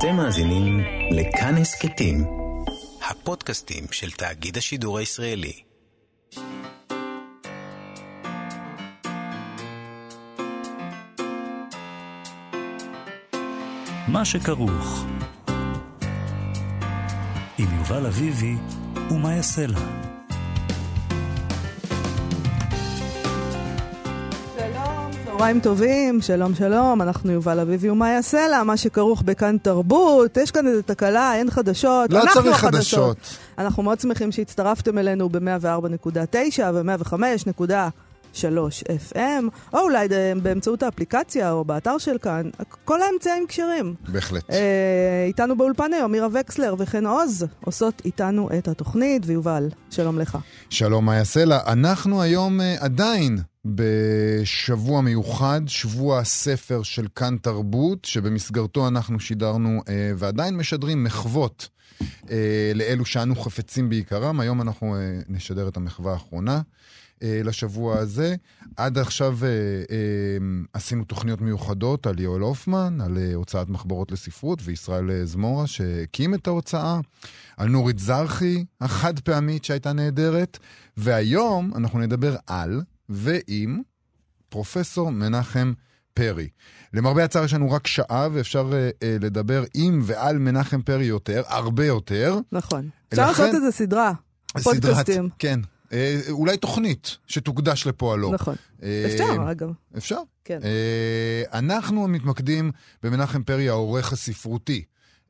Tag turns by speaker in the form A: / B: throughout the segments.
A: אתם מאזינים לכאן הסכתים, הפודקאסטים של תאגיד השידור הישראלי.
B: מה שכרוך עם יובל אביבי ומה יעשה לה.
C: צהריים טובים, שלום שלום, אנחנו יובל אביבי ומה יעשה לה, מה שכרוך בכאן תרבות. יש כאן איזו תקלה, אין חדשות.
D: לא צריך חדשות.
C: אנחנו מאוד שמחים שהצטרפתם אלינו ב-104.9 ו-105.3 FM, או אולי באמצעות האפליקציה או באתר של כאן. כל האמצעים קשרים.
D: בהחלט.
C: איתנו באולפן היום מירה וקסלר וכן עוז עושות איתנו את התוכנית. ויובל, שלום לך.
D: שלום, מה יעשה לה. אנחנו היום עדיין בשבוע מיוחד, שבוע הספר של כאן תרבות, שבמסגרתו אנחנו שידרנו ועדיין משדרים מחוות לאלו שאנו חפצים בעיקרם. היום אנחנו נשדר את המחווה האחרונה לשבוע הזה. עד עכשיו עשינו תוכניות מיוחדות על יואל הופמן, על הוצאת מחברות לספרות, וישראל זמורה שהקים את ההוצאה, על נורית זרחי, החד פעמית שהייתה נהדרת, והיום אנחנו נדבר על ועם פרופסור מנחם פרי. למרבה הצער יש לנו רק שעה, ואפשר לדבר עם ועל מנחם פרי יותר, הרבה יותר.
C: נכון. אפשר לעשות איזה סדרה, פודקאסטים.
D: כן. אולי תוכנית שתוקדש לפועלו.
C: נכון. אפשר, אגב.
D: אפשר?
C: כן.
D: אנחנו מתמקדים במנחם פרי, העורך הספרותי.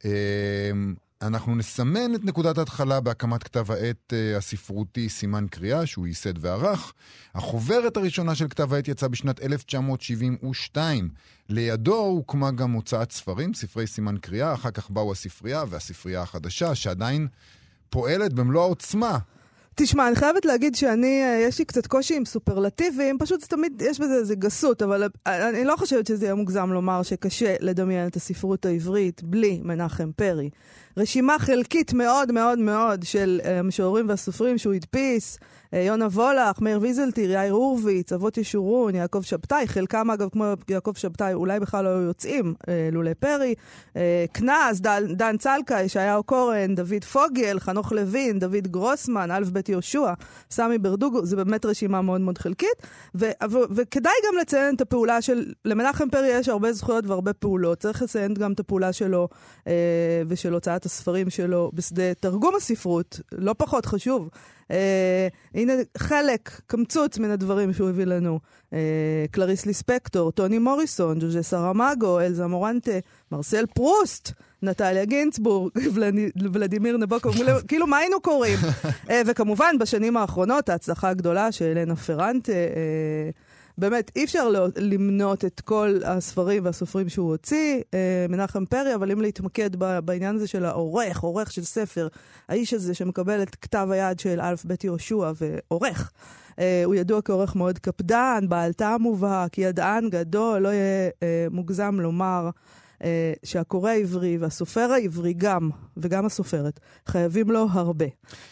D: אנחנו נסמן את נקודת ההתחלה בהקמת כתב העת הספרותי סימן קריאה, שהוא ייסד וערך. החוברת הראשונה של כתב העת יצאה בשנת 1972. לידו הוקמה גם הוצאת ספרים, ספרי סימן קריאה, אחר כך באו הספרייה והספרייה החדשה, שעדיין פועלת במלוא העוצמה.
C: תשמע, אני חייבת להגיד יש לי קצת קושי עם סופרלטיבים, פשוט תמיד יש בזה איזה גסות, אבל אני לא חושבת שזה יהיה מוגזם לומר שקשה לדמיין את הספרות העברית בלי מנחם פרי. רשימה חלקית מאוד מאוד מאוד של המשוררים והסופרים שהוא הדפיס, יונה וולך, מאיר ויזלטיר, יאיר הורוביץ, אבות ישורון, יעקב שבתאי, חלקם אגב כמו יעקב שבתאי אולי בכלל לא יוצאים לולי פרי, כנס, דן צלקה, ישעיהו קורן, דוד פוגל, חנוך לוין, דוד גרוסמן, אלף בית יהושע, סמי ברדוגו. זה באמת רשימה מאוד מאוד חלקית, וכדאי גם לציין את הפעולה של, למנחם פרי יש הרבה זכויות והרבה פעולות, צריך לציין גם את הפעולה שלו ושל הוצאת הספרים שלו בשדה תרגום הספרות, לא פחות חשוב. הנה חלק, קמצוץ מן הדברים שהוא הביא לנו. קלריס ליספקטור, טוני מוריסון, ג'וז'ה סרמגו, אלזה מורנטה, מרסל פרוסט, נטליה גינסבורג, ולדימיר נבוקוב, כאילו מה היינו קוראים? וכמובן בשנים האחרונות ההצלחה הגדולה של אלנה פרנטה, באמת אי אפשר למנות את כל הספרים והסופרים שהוא הוציא, מנחם פרי, אבל אם להתמקד בעניין הזה של העורך של ספר, האיש הזה שמקבל את כתב היד של אלף בית יהושע ועורך, הוא ידוע כעורך מאוד קפדן, בעל טעם מובהק, ידען גדול, לא יהיה מוגזם לומר שהקורא העברי והסופר העברי גם, וגם הסופרת, חייבים לו הרבה.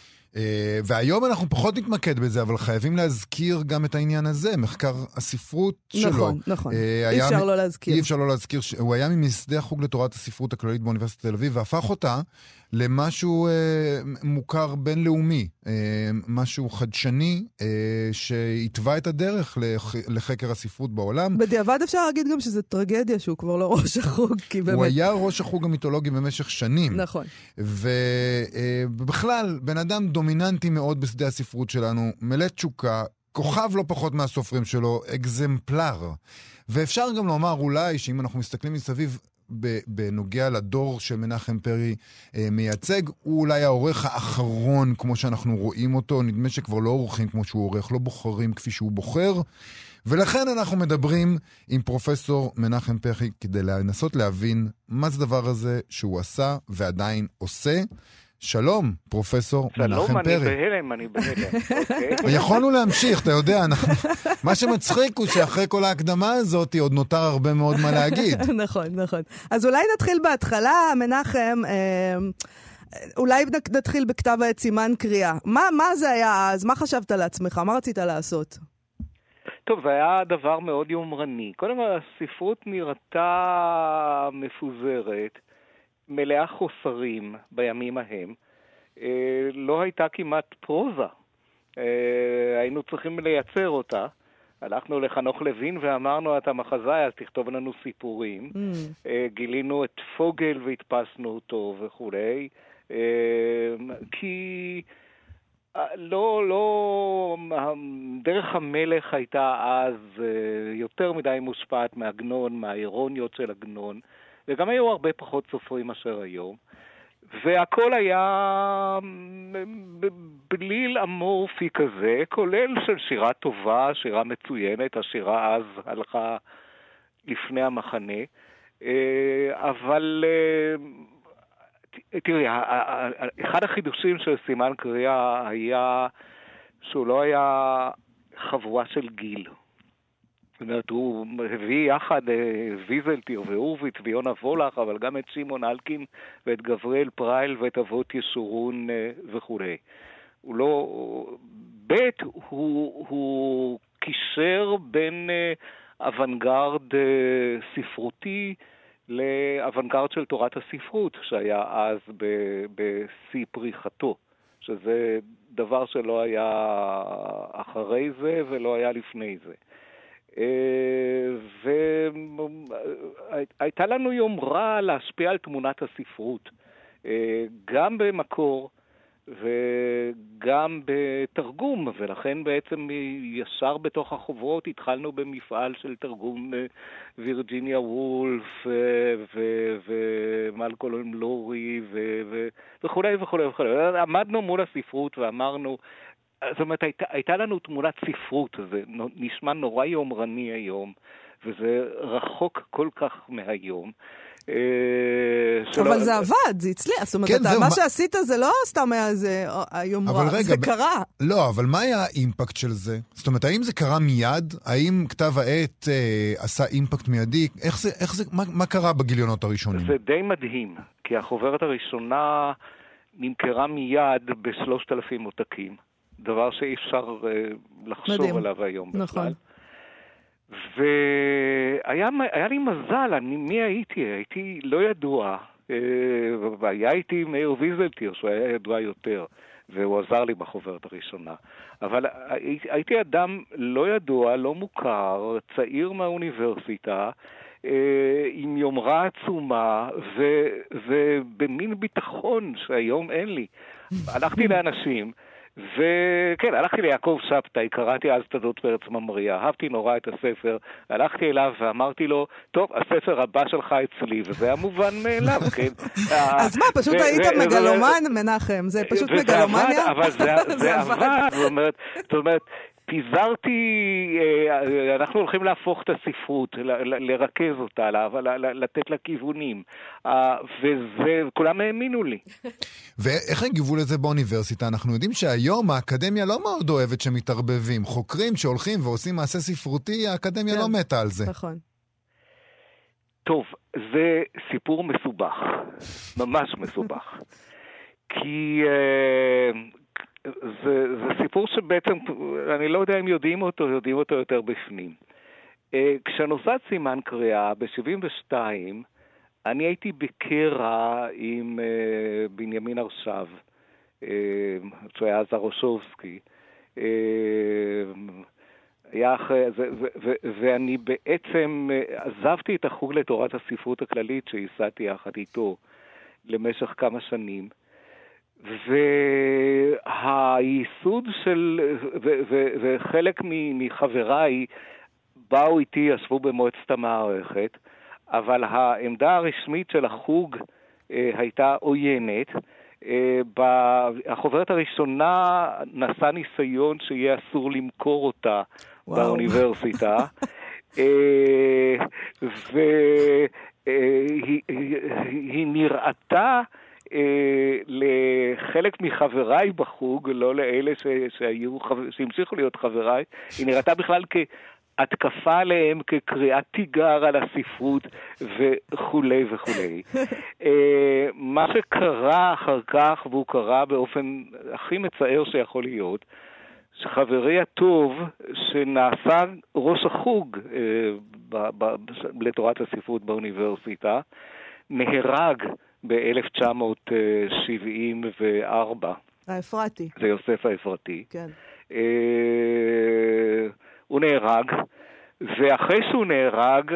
D: והיום אנחנו פחות נתמקד בזה, אבל חייבים להזכיר גם את העניין הזה, מחקר הספרות שלו.
C: נכון, נכון. אי אפשר לא להזכיר.
D: אי אפשר לא להזכיר, הוא היה ממייסדי החוג לתורת הספרות הכללית באוניברסיטת תל אביב, והפך אותה למשהו מוכר בינלאומי, משהו חדשני, שהתווה את הדרך לחקר הספרות בעולם.
C: בדיעבד אפשר להגיד גם שזה טרגדיה שהוא כבר לא ראש החוג, כי באמת...
D: הוא היה ראש החוג המיתולוגי במשך שנים.
C: נכון.
D: ובכלל, בן אדם דומיננטי מאוד בשדה הספרות שלנו, מלא תשוקה, כוכב לא פחות מהסופרים שלו, אקזמפלר. ואפשר גם לומר אולי שאם אנחנו מסתכלים מסביב, בנוגע לדור שמנחם פרי מייצג, הוא אולי העורך האחרון כמו שאנחנו רואים אותו, נדמה שכבר לא עורכים כמו שהוא עורך, לא בוחרים כפי שהוא בוחר, ולכן אנחנו מדברים עם פרופסור מנחם פרי כדי לנסות להבין מה זה דבר הזה שהוא עשה ועדיין עושה. שלום, פרופסור מנחם פרי.
E: שלום, אני בהלם.
D: יכולנו להמשיך, אתה יודע, מה שמצחיק הוא שאחרי כל ההקדמה הזאת עוד נותר הרבה מאוד מה להגיד.
C: נכון, נכון. אז אולי נתחיל בהתחלה, מנחם, אולי נתחיל בכתב העת סימן קריאה. מה זה היה אז? מה חשבת לעצמך? מה רצית לעשות?
E: טוב, זה היה דבר מאוד יומרני. קודם כל, הספרות נראתה מפוזרת. מלאה חוסרים בימים ההם. לא הייתה כמעט פרוזה. היינו צריכים לייצר אותה. הלכנו לחנוך לוין ואמרנו, אתה מחזאי, אז תכתוב לנו סיפורים. גילינו את פוגל והדפסנו אותו וכו'. כי דרך המלך הייתה אז יותר מדי מושפעת מהגנון, מהאירוניות של הגנון, וגם היו הרבה פחות סופרים מאשר היום. והכל היה בליל אמורפי כזה, כולל של שירה טובה, שירה מצוינת, השירה אז הלכה לפני המחנה, אבל תראי, אחד החידושים של סימן קריאה היה שהוא לא היה חבורה של גיל. זאת אומרת, הוא הביא יחד ויזלטיר והורוביץ ויונה וולך, אבל גם את שמעון אלקין ואת גבריאל פרייל ואת אבות ישורון וכו'. הוא לא... בית הוא קישר בין אוונגרד ספרותי לאוונגרד של תורת הספרות, שהיה אז בשיא פריחתו, שזה דבר שלא היה אחרי זה ולא היה לפני זה. והייתה לנו יומרה להשפיע על תמונת הספרות, גם במקור וגם בתרגום, ולכן בעצם ישר בתוך החוברות התחלנו במפעל של תרגום וירג'יניה וולף ומלקולם לורי וכו' וכו' וכו'. עמדנו מול הספרות ואמרנו, זאת אומרת, הייתה לנו תמונת ספרות, זה נשמע נורא יומרני היום, וזה רחוק כל כך מהיום.
C: אבל זה עבד, זה הצליח. זאת אומרת, מה שעשית זה לא סתם היה איזה יומרה, זה קרה.
D: לא, אבל מה היה האימפקט של זה? זאת אומרת, האם זה קרה מיד? האם כתב העת עשה אימפקט מיידי? מה קרה בגיליונות הראשונים?
E: זה די מדהים, כי החוברת הראשונה נמכרה מיד ב3,000 עותקים. דבר שאי אפשר לחשוב עליו היום בכלל. נכון. והיה לי מזל, מי הייתי? הייתי לא ידוע. והיה איתי מאיר ויזלטיר, שהוא היה ידוע יותר, והוא עזר לי בחוברת הראשונה. אבל הייתי אדם לא ידוע, לא מוכר, צעיר מהאוניברסיטה, עם יומרה עצומה, ובמין ביטחון שהיום אין לי. הלכתי לאנשים, וכן, הלכתי ליעקב שבתאי, קראתי אז תולדות פרץ ממריא, אהבתי נורא את הספר, הלכתי אליו ואמרתי לו, טוב, הספר הבא שלך אצלי, וזה היה מובן מאליו, כן?
C: אז מה, פשוט היית מגלומן, מנחם, זה פשוט מגלומניה?
E: אבל זה עבד, זאת אומרת, פיזרתי, אנחנו הולכים להפוך את הספרות, לרכז אותה, לתת לה כיוונים, וכולם האמינו לי.
D: ואיך הגיבו לזה באוניברסיטה? אנחנו יודעים שהיום האקדמיה לא מאוד אוהבת שמתערבבים. חוקרים שהולכים ועושים מעשה ספרותי, האקדמיה לא מתה על זה.
C: נכון.
E: טוב, זה סיפור מסובך, ממש מסובך. כי זה סיפור שבעצם, אני לא יודע אם יודעים אותו יותר בפנים. כשנוסד סימן קריאה ב-72, אני הייתי בקרע עם בנימין ארשב, שהיה אז הרושובסקי, ואני בעצם עזבתי את החוג לתורת הספרות הכללית שהסעתי יחד איתו למשך כמה שנים, והייסוד וחלק מחבריי באו איתי, ישבו במועצת המערכת, אבל העמדה הרשמית של החוג הייתה עוינת. החוברת הראשונה נעשה ניסיון שיהיה אסור למכור אותה באוניברסיטה, והיא נראתה לחלק מחבריי בחוג, לא לאלה שהמשיכו להיות חבריי, היא נראתה בכלל התקפה עליהם, כקריאת תיגר על הספרות וכולי וכולי. מה שקרה אחר כך, והוא קרה באופן הכי מצער שיכול להיות, שחברי הטוב, שנעשה ראש החוג לתורת הספרות באוניברסיטה, נהרג ב-1974.
C: האפרתי.
E: זה יוסף האפרתי.
C: כן.
E: הוא נהרג, ואחרי שהוא נהרג,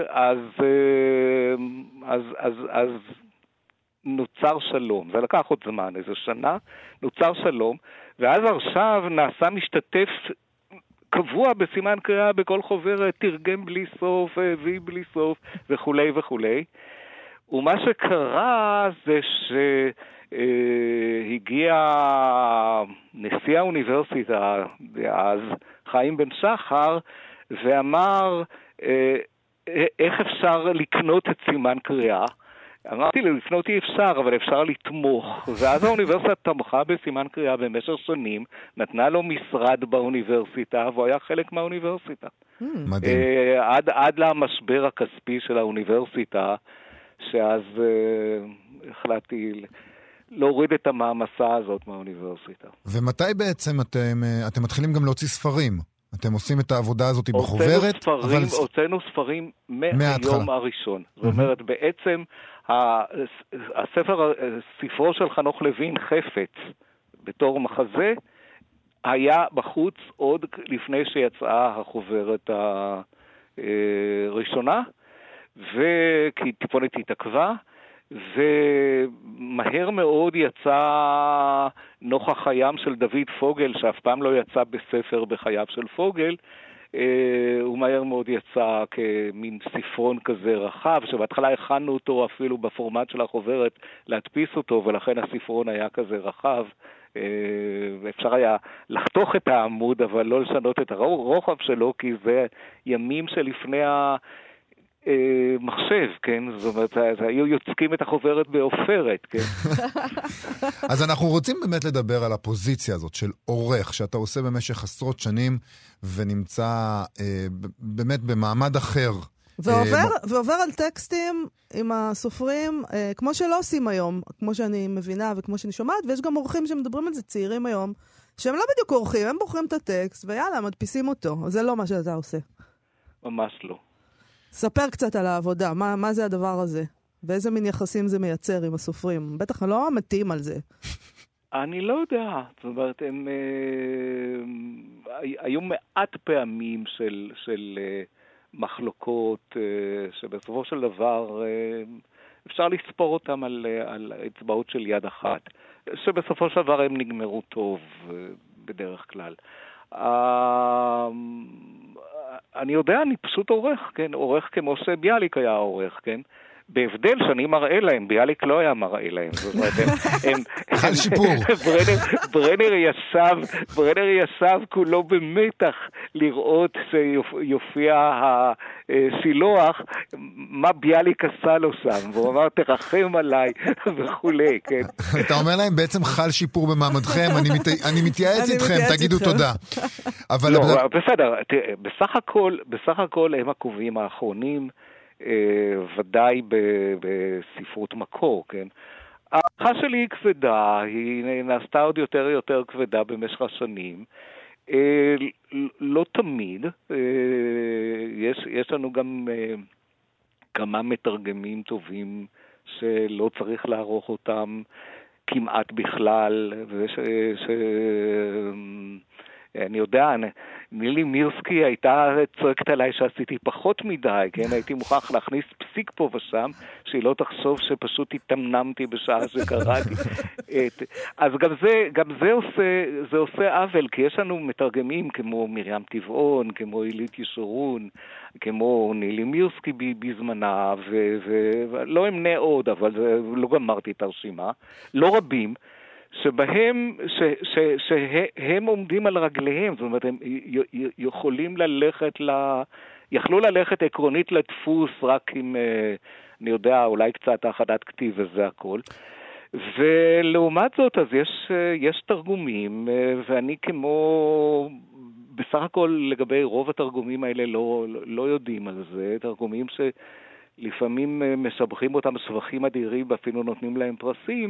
E: אז נוצר שלום. זה לקח עוד זמן, איזו שנה, נוצר שלום, ואז עכשיו נעשה משתתף קבוע בסימן קריאה בכל חוברת, תרגם בלי סוף, הביא בלי סוף, וכולי וכולי. ומה שקרה זה שהגיע נשיא האוניברסיטה אז, חיים בן שחר, ואמר, איך אפשר לקנות את סימן קריאה? אמרתי לו, לקנות אי אפשר, אבל אפשר לתמוך. ואז האוניברסיטה תמכה בסימן קריאה במשך שנים, נתנה לו משרד באוניברסיטה, והוא היה חלק מהאוניברסיטה.
D: מדהים.
E: עד למשבר הכספי של האוניברסיטה, שאז החלטתי להוריד את המעמסה הזאת מהאוניברסיטה.
D: ומתי בעצם אתם מתחילים גם להוציא ספרים? אתם עושים את העבודה הזאת בחוברת?
E: הוצאנו ספרים מהיום הראשון. זאת אומרת, בעצם ספרו של חנוך לוין, חפץ, בתור מחזה, היה בחוץ עוד לפני שיצאה החוברת הראשונה, כי טיפונת התעכבה, ומהר מאוד יצא נוכח חיים של דוד פוגל, שאף פעם לא יצא בספר בחייו של פוגל, הוא מהר מאוד יצא כמין ספרון כזה רחב, שבהתחלה הכנו אותו אפילו בפורמט של החוברת להדפיס אותו, ולכן הספרון היה כזה רחב, ואפשר היה לחתוך את העמוד, אבל לא לשנות את הרוחב שלו, כי זה ימים שלפני מחשב, כן? זאת אומרת, היו יוצקים את החוברת באופרת, כן?
D: אז אנחנו רוצים באמת לדבר על הפוזיציה הזאת של עורך, שאתה עושה במשך עשרות שנים, ונמצא באמת במעמד אחר.
C: ועובר על טקסטים עם הסופרים, כמו שלא עושים היום, כמו שאני מבינה וכמו שאני שומעת, ויש גם עורכים שמדברים על זה, צעירים היום, שהם לא בדיוק עורכים, הם בוחרים את הטקסט, ויאללה, מדפיסים אותו. זה לא מה שאתה עושה.
E: ממש לא.
C: ספר קצת על העבודה, מה זה הדבר הזה? ואיזה מין יחסים זה מייצר עם הסופרים? בטח לא מתאים על זה.
E: אני לא יודע. זאת אומרת, היו מעט פעמים של מחלוקות, שבסופו של דבר אפשר לספור אותם על אצבעות של יד אחת, שבסופו של דבר הם נגמרו טוב בדרך כלל. אני יודע, אני פשוט עורך, כן? עורך כמו שביאליק היה עורך, כן? בהבדל שאני מראה להם, ביאליק לא היה מראה להם. זאת אומרת,
D: חל שיפור.
E: ברנר ישב כולו במתח לראות שיופיע השילוח, מה ביאליק עשה לו שם, והוא אמר, תרחם עליי, וכולי, כן.
D: אתה אומר להם, בעצם חל שיפור במעמדכם, אני מתייעץ איתכם, תגידו תודה.
E: לא, בסדר, בסך הכל הם הקובעים האחרונים, ודאי בספרות מקור, כן? הערכה שלי היא כבדה, היא נעשתה עוד יותר כבדה במשך השנים. לא תמיד, יש לנו גם כמה מתרגמים טובים שלא צריך לערוך אותם כמעט בכלל, אני יודע, נילי מירסקי הייתה צועקת עליי שעשיתי פחות מדי, כן? הייתי מוכרח להכניס פסיק פה ושם, שהיא לא תחשוב שפשוט התאמנמתי בשעה שקראתי. אז גם זה עושה עוול, כי יש לנו מתרגמים כמו מרים טבעון, כמו אילית ישורון, כמו נילי מירסקי בזמנה, ולא אמנה עוד, אבל לא גמרתי את הרשימה, לא רבים, שהם עומדים על רגליהם, זאת אומרת, הם יכלו ללכת עקרונית לדפוס רק עם, אני יודע, אולי קצת האחדת כתיב וזה הכל. ולעומת זאת, אז יש תרגומים, ואני כמו, בסך הכל לגבי רוב התרגומים האלה לא יודעים על זה, תרגומים שלפעמים משבחים אותם שבחים אדירים, ואפילו נותנים להם פרסים,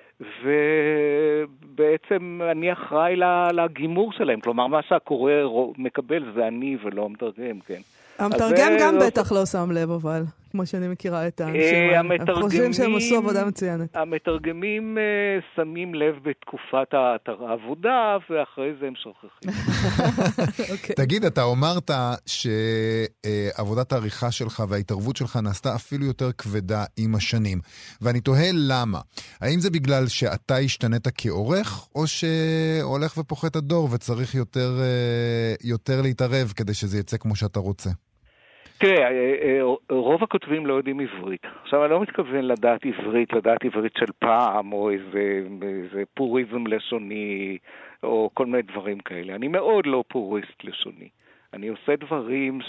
E: ובעצם אני אחראי לגימור שלהם, כלומר מה שהקורא מקבל זה אני ולא המתרגם, כן.
C: המתרגם גם בטח לא שם לב, אבל כמו שאני מכירה את האנשים. הם חושבים שהם עשו עבודה מצוינת.
E: המתרגמים שמים לב בתקופת העבודה, ואחרי זה הם שוכחים.
D: תגיד, אתה אמרת שעבודת העריכה שלך וההתערבות שלך נעשתה אפילו יותר כבדה עם השנים, ואני תוהה למה. האם זה בגלל שאתה השתנית כעורך, או שהולך ופוחת הדור וצריך יותר להתערב כדי שזה יצא כמו שאתה רוצה?
E: תראה, רוב הכותבים לא יודעים עברית. עכשיו, אני לא מתכוון לדעת עברית של פעם, או איזה פוריזם לשוני, או כל מיני דברים כאלה. אני מאוד לא פוריסט לשוני. אני עושה דברים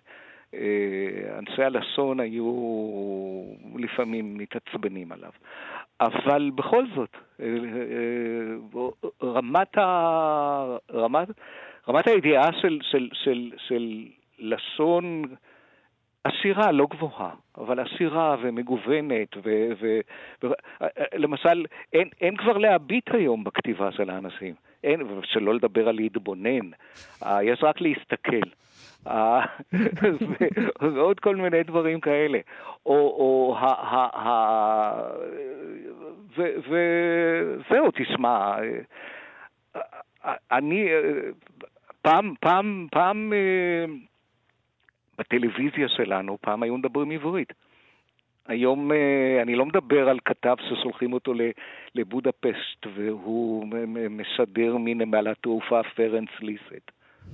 E: שאנשי הלשון היו לפעמים מתעצבנים עליו. אבל בכל זאת, רמת הידיעה של לשון עשירה, לא גבוהה, אבל עשירה ומגוונת, למשל, אין כבר להביט היום בכתיבה של האנשים, שלא לדבר על להתבונן, יש רק להסתכל, ועוד כל מיני דברים כאלה, וזהו, תשמע, אני פעם בטלוויזיה שלנו, פעם היו מדברים עברית. היום אני לא מדבר על כתב ששולחים אותו לבודפשט, והוא משדר מנמל התעופה פרנס ליסט.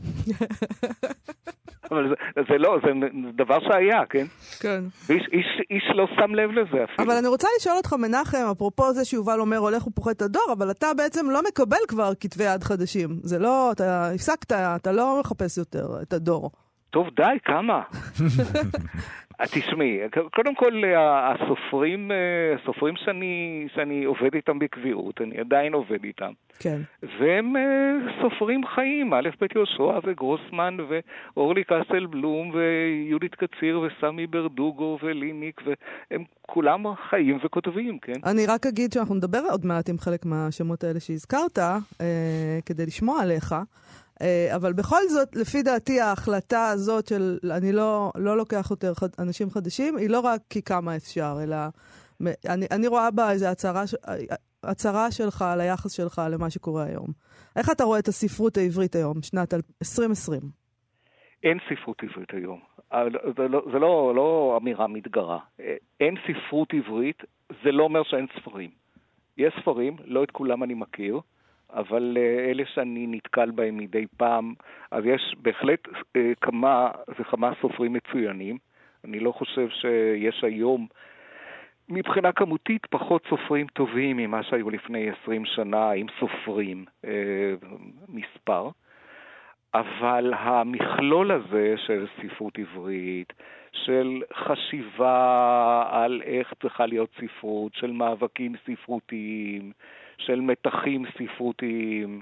E: אבל זה לא, זה דבר שהיה, כן?
C: כן.
E: איש לא שם לב לזה אפילו.
C: אבל אני רוצה לשאול אותך, מנחם, אפרופו זה שיובל אומר הולך ופוחת הדור, אבל אתה בעצם לא מקבל כבר כתבי יד חדשים. זה לא, אתה הפסקת, אתה לא מחפש יותר את הדור.
E: טוב, די, כמה? תשמעי, קודם כל, הסופרים שאני עובד איתם בקביעות, אני עדיין עובד איתם.
C: כן.
E: והם סופרים חיים, א' ב' יהושע וגרוסמן ואורלי קסל בלום ויהודית קציר וסמי ברדוגו וליניק, והם כולם חיים וכותבים, כן?
C: אני רק אגיד שאנחנו נדבר עוד מעט עם חלק מהשמות האלה שהזכרת, כדי לשמוע עליך. אבל בכל זאת, לפי דעתי, ההחלטה הזאת של אני לא לוקח יותר אנשים חדשים, היא לא רק כי כמה אפשר, אלא אני רואה בה איזו הצהרה שלך על היחס שלך למה שקורה היום. איך אתה רואה את הספרות העברית היום, שנת 2020?
E: אין ספרות עברית היום. זה לא אמירה מתגרה. אין ספרות עברית, זה לא אומר שאין ספרים. יש ספרים, לא את כולם אני מכיר, אבל אלה שאני נתקל בהם מדי פעם, אז יש בהחלט כמה וכמה סופרים מצוינים. אני לא חושב שיש היום, מבחינה כמותית, פחות סופרים טובים ממה שהיו לפני 20 שנה, עם סופרים מספר. אבל המכלול הזה של ספרות עברית, של חשיבה על איך צריכה להיות ספרות, של מאבקים ספרותיים, של מתחים ספרותיים,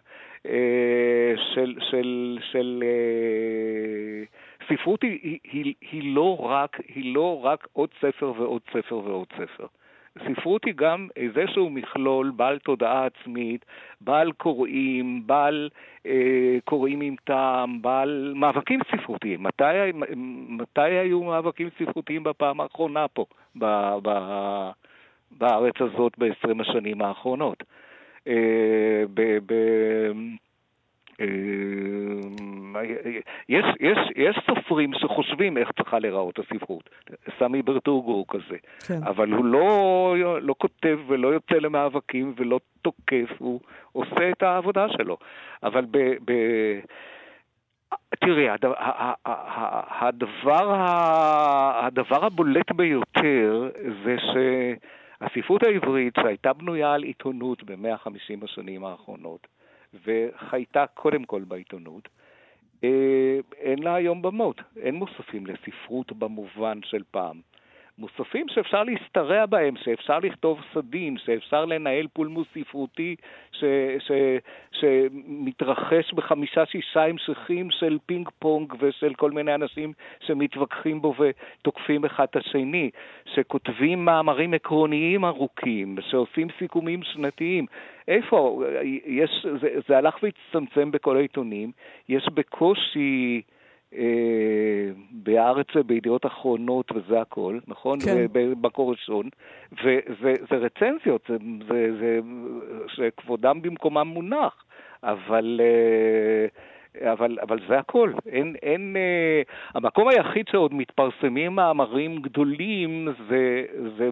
E: של ספרות היא לא רק עוד ספר ועוד ספר ועוד ספר. ספרות היא גם איזשהו מכלול בעל תודעה עצמית, בעל קוראים, בעל קוראים עם טעם, בעל מאבקים ספרותיים. מתי היו מאבקים ספרותיים בפעם האחרונה פה, בארץ הזאת ב-20 השנים האחרונות? יש סופרים שחושבים איך צריכה להיראות הספרות. סמי ברדוגו הוא כזה. כן. אבל הוא לא כותב ולא יוצא למאבקים ולא תוקף, הוא עושה את העבודה שלו. אבל תראי, הדבר הבולט ביותר זה שהספרות העברית שהייתה בנויה על עיתונות ב-150 השנים האחרונות, וחייתה קודם כל בעיתונות, אין לה היום במות. אין מוספים לספרות במובן של פעם. מוספים שאפשר להסתרע בהם, שאפשר לכתוב סדין, שאפשר לנהל פולמוס ספרותי שמתרחש ב5-6 המשכים של פינג פונג ושל כל מיני אנשים שמתווכחים בו ותוקפים אחד את השני, שכותבים מאמרים עקרוניים ארוכים, שעושים סיכומים שנתיים. איפה? זה הלך והצטמצם בכל העיתונים. יש בקושי בארץ ובידיעות אחרונות וזה הכל, נכון?
C: כן.
E: ובמקור ראשון, וזה רצנזיות, זה כבודם במקומם מונח, אבל זה הכל. המקום היחיד שעוד מתפרסמים מאמרים גדולים זה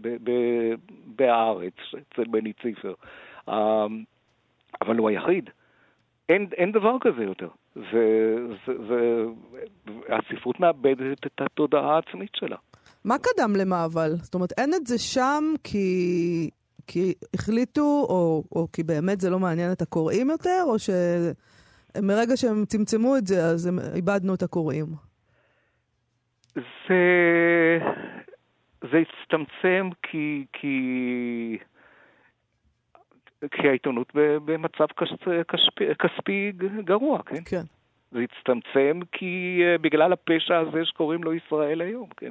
E: בארץ, אצל בני ציפר. אבל הוא היחיד. אין דבר כזה יותר. הספרות מאבדת את התודעה העצמית שלה.
C: מה קדם למה אבל? זאת אומרת, אין את זה שם כי החליטו, או כי באמת זה לא מעניין את הקוראים יותר, או שמרגע שהם צמצמו את זה, אז הם איבדנו את הקוראים?
E: זה הצטמצם כי העיתונות במצב כספי גרוע, כן?
C: כן.
E: זה הצטמצם כי בגלל הפשע הזה שקוראים לו ישראל היום, כן?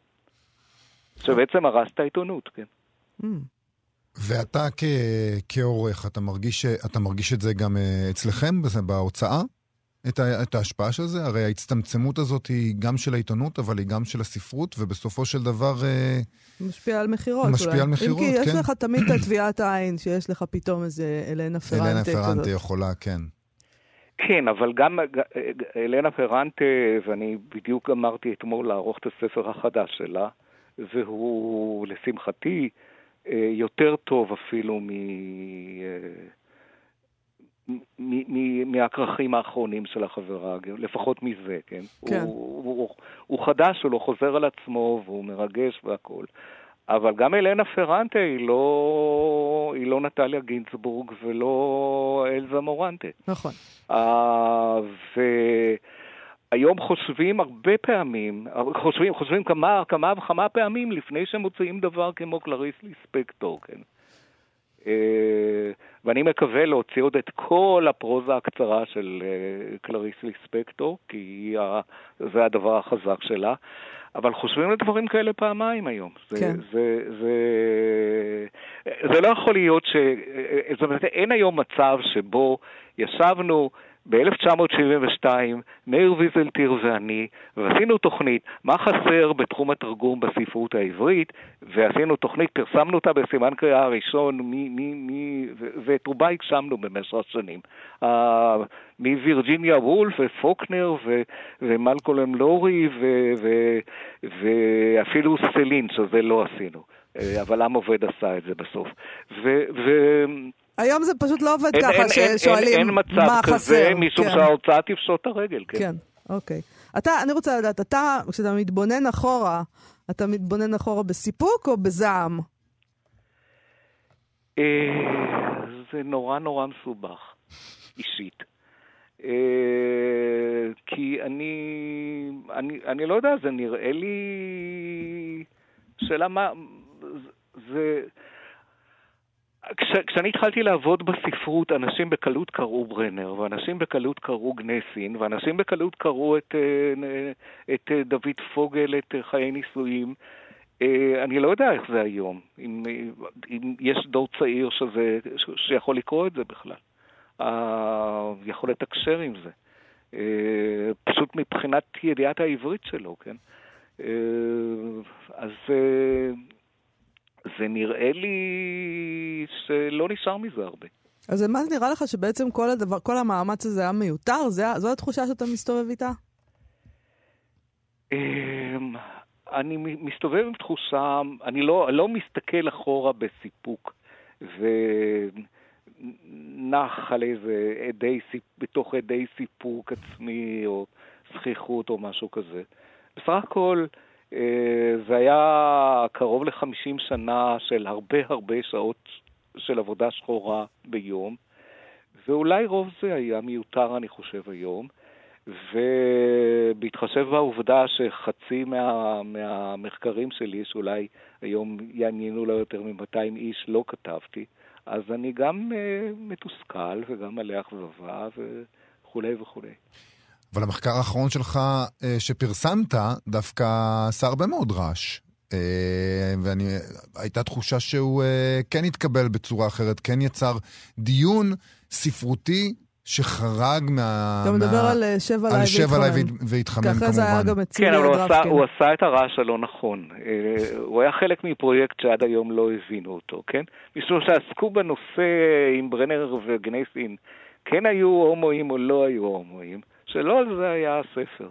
E: שבעצם הרס את העיתונות, כן?
D: ואתה כעורך, אתה מרגיש את זה גם אצלכם בהוצאה? את ההשפעה של זה? הרי ההצטמצמות הזאת היא גם של העיתונות, אבל היא גם של הספרות, ובסופו של דבר
C: משפיע על מחירות.
D: משפיע על מחירות, כן.
C: אם כי יש לך תמיד את טביעת העין, שיש לך פתאום איזה אלנה פרנטה.
D: אלנה פרנטה יכולה, כן.
E: כן, אבל גם אלנה פרנטה, ואני בדיוק אמרתי אתמול לערוך את הספר החדש שלה, והוא לשמחתי יותר טוב אפילו מהכרכים האחרונים של החברה, לפחות מזה, כן?
C: כן.
E: הוא חדש, הוא לא חוזר על עצמו, והוא מרגש והכל. אבל גם אלנה פרנטה היא לא נטליה גינצבורג ולא אלזה מורנטה.
C: נכון.
E: והיום חושבים הרבה פעמים, חושבים כמה וכמה פעמים לפני שמוצאים דבר כמו קלריס ליספקטור, כן? ואני מקווה להוציא עוד את כל הפרוזה הקצרה של קלריס ליספקטור, כי זה הדבר החזק שלה. אבל חושבים לדברים כאלה פעמיים היום.
C: כן.
E: זה לא יכול להיות זאת אומרת, אין היום מצב שבו ישבנו ב-1972, מאיר ויזלטיר ואני, ועשינו תוכנית, מה חסר בתחום התרגום בספרות העברית, ועשינו תוכנית, פרסמנו אותה בסימן קריאה הראשון, ואת רובה הגשמנו במשך השנים. מווירג'יניה וולף ופוקנר ומלקולם לורי ואפילו סלין, שזה לא עשינו. אבל עם עובד עשה את זה בסוף.
C: היום זה פשוט לא עובד ככה ששואלים מה חסר.
E: אין מצב כזה, משום שההוצאה תפשוט את הרגל.
C: כן, אוקיי. אני רוצה לדעת, כשאתה מתבונן אחורה, אתה מתבונן אחורה בסיפוק או בזעם?
E: זה נורא נורא מסובך, אישית. כי אני לא יודע, זה נראה לי שאלה מה... כשאני התחלתי לעבוד בספרות, אנשים בקלות קראו ברנר, ואנשים בקלות קראו גנסין, ואנשים בקלות קראו את דוד פוגל, את חיי נישואים. אני לא יודע איך זה היום, אם יש דור צעיר שיכול לקרוא את זה בכלל. יכול לתקשר עם זה. פשוט מבחינת ידיעת העברית שלו, כן? אז... זה נראה לי שלא נשאר מזה הרבה.
C: אז מה זה נראה לך שבעצם כל המאמץ הזה היה מיותר? זו התחושה שאתה מסתובב איתה?
E: אני מסתובב עם תחושה, אני לא מסתכל אחורה בסיפוק, ונח על איזה בתוך עדי סיפוק עצמי, או זכיחות או משהו כזה. בסך הכל, זה היה קרוב ל-50 שנה של הרבה שעות של עבודה שחורה ביום, ואולי רוב זה היה מיותר, אני חושב, היום, ובהתחשב בעובדה שחצי מהמחקרים שלי, שאולי היום יעניינו לה יותר מ-200 איש, לא כתבתי, אז אני גם מתוסכל וגם מלא אכזבה וכו' וכו'.
D: אבל המחקר האחרון שלך שפרסמת דווקא עשה הרבה מאוד רעש. והייתה תחושה שהוא כן התקבל בצורה אחרת, כן יצר דיון ספרותי שחרג
C: אתה מדבר על שבע לייב
D: והתחמם כמובן.
C: ככה זה היה גם
E: כן, אבל הוא עשה את הרעש הלא נכון. הוא היה חלק מפרויקט שעד היום לא הבינו אותו, כן? משום שעסקו בנושא עם ברנר וגנסין, כן היו הומואים או לא היו הומואים, שלא על זה היה הספר.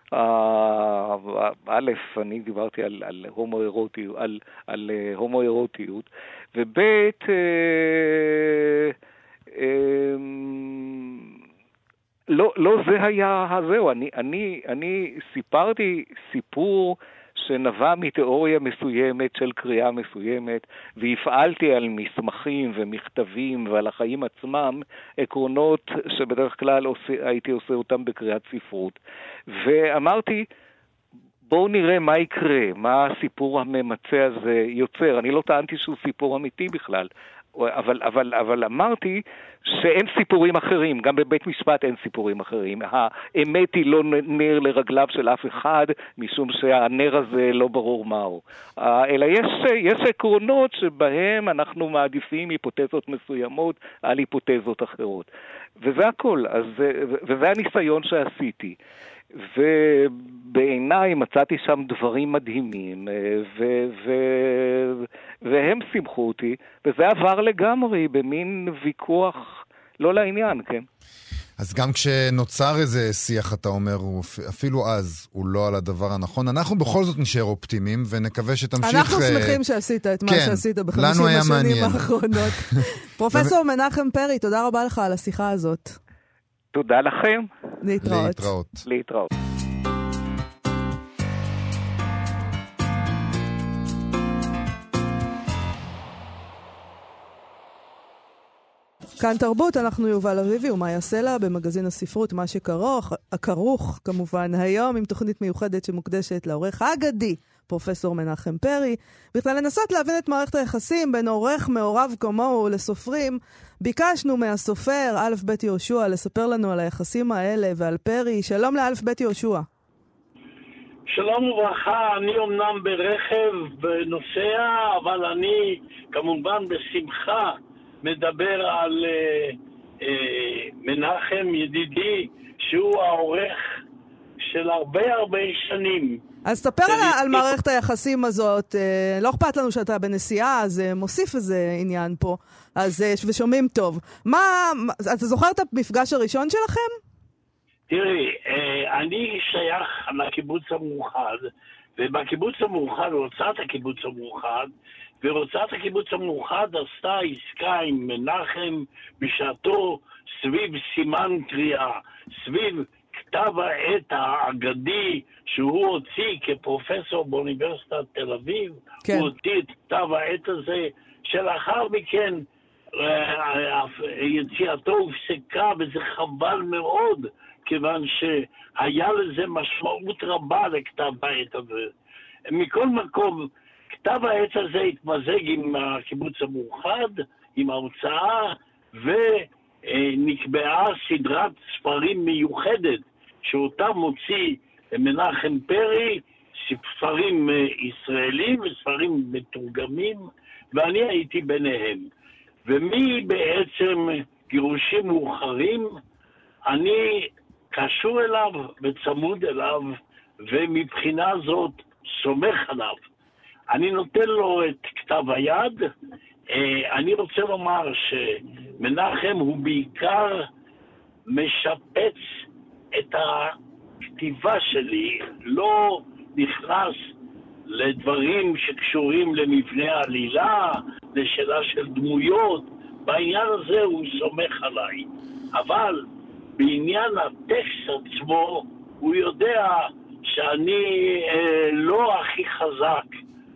E: א', אני דיברתי על הומואירוטיות, וב', לא זה היה הזהו. אני סיפרתי סיפור שנבע מתיאוריה מסוימת של קריאה מסוימת, והפעלתי על מסמכים ומכתבים ועל החיים עצמם עקרונות שבדרך כלל הייתי עושה אותם בקריאת ספרות. ואמרתי, בואו נראה מה יקרה, מה הסיפור הממצא הזה יוצר. אני לא טענתי שהוא סיפור אמיתי בכלל, אבל אמרתי שאין סיפורים אחרים, גם בבית משפט אין סיפורים אחרים. האמת היא לא נר לרגליו של אף אחד, משום שהנר הזה לא ברור מהו. אלא יש עקרונות שבהם אנחנו מעדיפים היפותזות מסוימות על היפותזות אחרות. וזה הכל, וזה הניסיון שעשיתי. ובעיניי מצאתי שם דברים מדהימים, והם שמחו אותי, וזה עבר לגמרי במין ויכוח לא לעניין, כן?
D: אז גם כשנוצר איזה שיח, אתה אומר, אפילו אז הוא לא על הדבר הנכון. אנחנו בכל זאת נשאר אופטימיים, ונקווה שתמשיך...
C: אנחנו שמחים שעשית את מה שעשית ב50 השנים האחרונות. פרופסור מנחם פרי, תודה רבה לך על השיחה הזאת.
E: תודה לכם.
C: להתראות. כאן תרבות, אנחנו יובל אביבי ומה יעשה לה במגזין הספרות, מה שכרוך כמובן היום עם תוכנית מיוחדת שמוקדשת לעורך האגדי, פרופסור מנחם פרי, בכלל לנסות להבין את מערכת היחסים בין עורך מעורב כמוהו לסופרים. ביקשנו מהסופר א' ב' יהושע לספר לנו על היחסים האלה ועל פרי. שלום לא' ב' יהושע.
F: שלום וברכה, אני אומנם ברכב ונוסע, אבל אני כמובן בשמחה מדבר על מנחם ידידי, שהוא העורך של הרבה שנים.
C: אז תספר על מערכת היחסים הזאת. לא אכפת לנו שאתה בנסיעה, אז מוסיף איזה עניין פה. אז ושומעים טוב. אתה זוכר את המפגש הראשון שלכם?
F: תראי, אני שייך לקיבוץ המאוחד, ובקיבוץ המאוחד, הוצאת הקיבוץ המאוחד, והוצאת הקיבוץ המאוחד עשתה עסקה עם מנחם בשעתו סביב סימן קריאה, סביב כתב העת האגדי שהוא הוציא כפרופסור באוניברסיטת תל אביב. כן. הוא הוציא את כתב העת הזה, שלאחר מכן יציאתו הופסקה, וזה חבל מאוד, כיוון שהיה לזה משמעות רבה לכתב העת הזה. מכל מקום, כתב העת הזה התמזג עם הקיבוץ המאוחד, עם ההוצאה, ונקבעה סדרת ספרים מיוחדת, שאותה מוציא מנחם פרי, ספרים ישראלים וספרים מתורגמים, ואני הייתי ביניהם. ומי בעצם גירושים מאוחרים, אני קשור אליו וצמוד אליו, ומבחינה זאת סומך עליו. אני נותן לו את כתב היד. אני רוצה לומר שמנחם הוא בעיקר משפץ את הכתיבה שלי, לא נכנס לדברים שקשורים למבנה העלילה, לשאלה של דמויות. בעניין הזה הוא סומך עליי. אבל בעניין הטקסט עצמו, הוא יודע שאני לא הכי חזק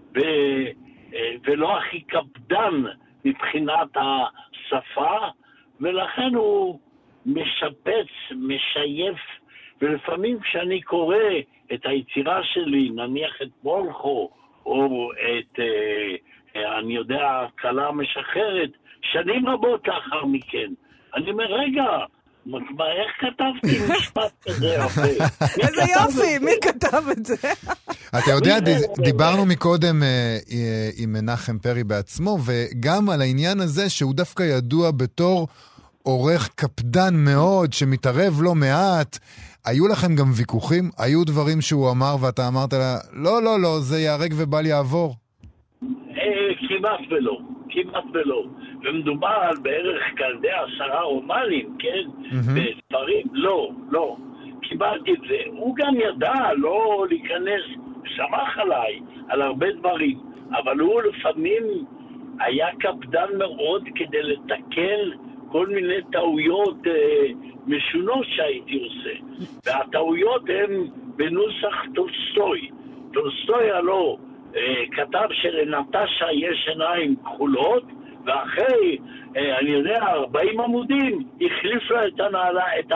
F: ולא הכי קפדן מבחינת השפה, ולכן הוא משפץ, משייף, ולפעמים כשאני קורא את היצירה שלי, נניח את מולכו, או את, אני יודע, קלה משחררת, שנים רבות לאחר מכן, אני אומר, רגע, איך כתבתי משפט כזה יפה?
C: איזה יופי, מי כתב את זה?
D: אתה יודע, דיברנו מקודם עם מנחם פרי בעצמו, וגם על העניין הזה שהוא דווקא ידוע בתור עורך קפדן מאוד, שמתערב לא מעט. היו לכם גם ויכוחים? היו דברים שהוא אמר ואתה אמרת לה, לא, זה יהרג ובל יעבור?
F: כמעט ולא. ומדובר על בערך כדי 10 רומנים, כן? ודברים, לא. קיבלתי את זה. הוא גם ידע לא להיכנס, שמח עליי, על הרבה דברים, אבל הוא לפעמים היה קפדן מאוד כדי לתקן כל מיני טעויות משונות שהייתי עושה. והטעויות הן בנוסח טולסטוי. טולסטוי הלא כתב שלנטשה יש עיניים כחולות, ואחרי, אני יודע, 40 עמודים, החליף לה את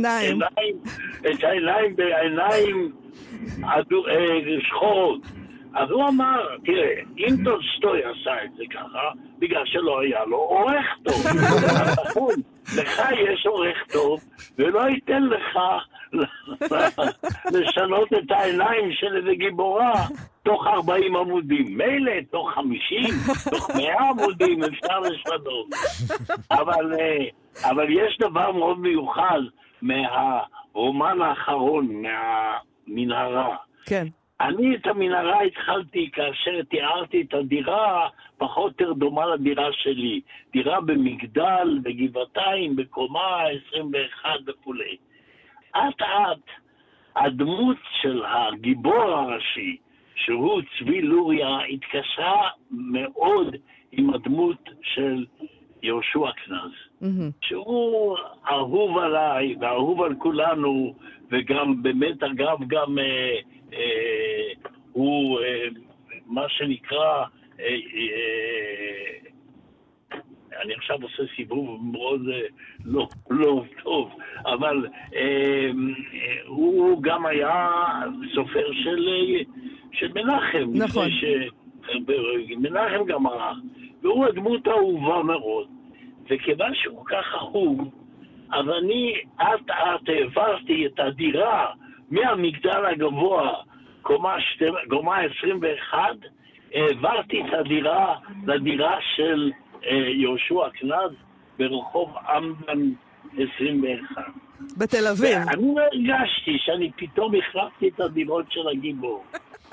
F: העיניים בעיניים שחורות. אז הוא אמר, תראה, אם טולסטוי עשה את זה ככה, בגלל שלא היה לו עורך טוב. נכון, לך יש עורך טוב, ולא ייתן לך לשנות את העיניים של איזה גיבורה תוך 40 עמודים. מילא, תוך 50, תוך 100 עמודים אפשר לשנות. אבל יש דבר מאוד מיוחד מהרומן האחרון, מהמנהרה.
C: כן.
F: אני את המנהרה התחלתי כאשר תיארתי את הדירה פחות או יותר דומה לדירה שלי. דירה במגדל, בגבעתיים, בקומה 21 וכו'. עד הדמות של הגיבור הראשי, שהוא צבי לוריה, התקשרה מאוד עם הדמות של יהושע קנז. שהוא אהוב עליי ואהוב על כולנו, וגם באמת אגב גם הוא מה שנקרא, אני עכשיו עושה סיבוב מאוד לא טוב, אבל הוא גם היה סופר של מנחם.
C: נכון.
F: מנחם גם ערך, והוא הדמות האהובה מאוד, וכיוון שהוא כך אהוב, אז אני העברתי את הדירה מהמגדל הגבוה, קומה 21, העברתי את הדירה לדירה של יהושע קנז ברחוב עמדן 21.
C: בתל אביב.
F: ואני לא הרגשתי שאני פתאום החלפתי את הדירות של הגיבור.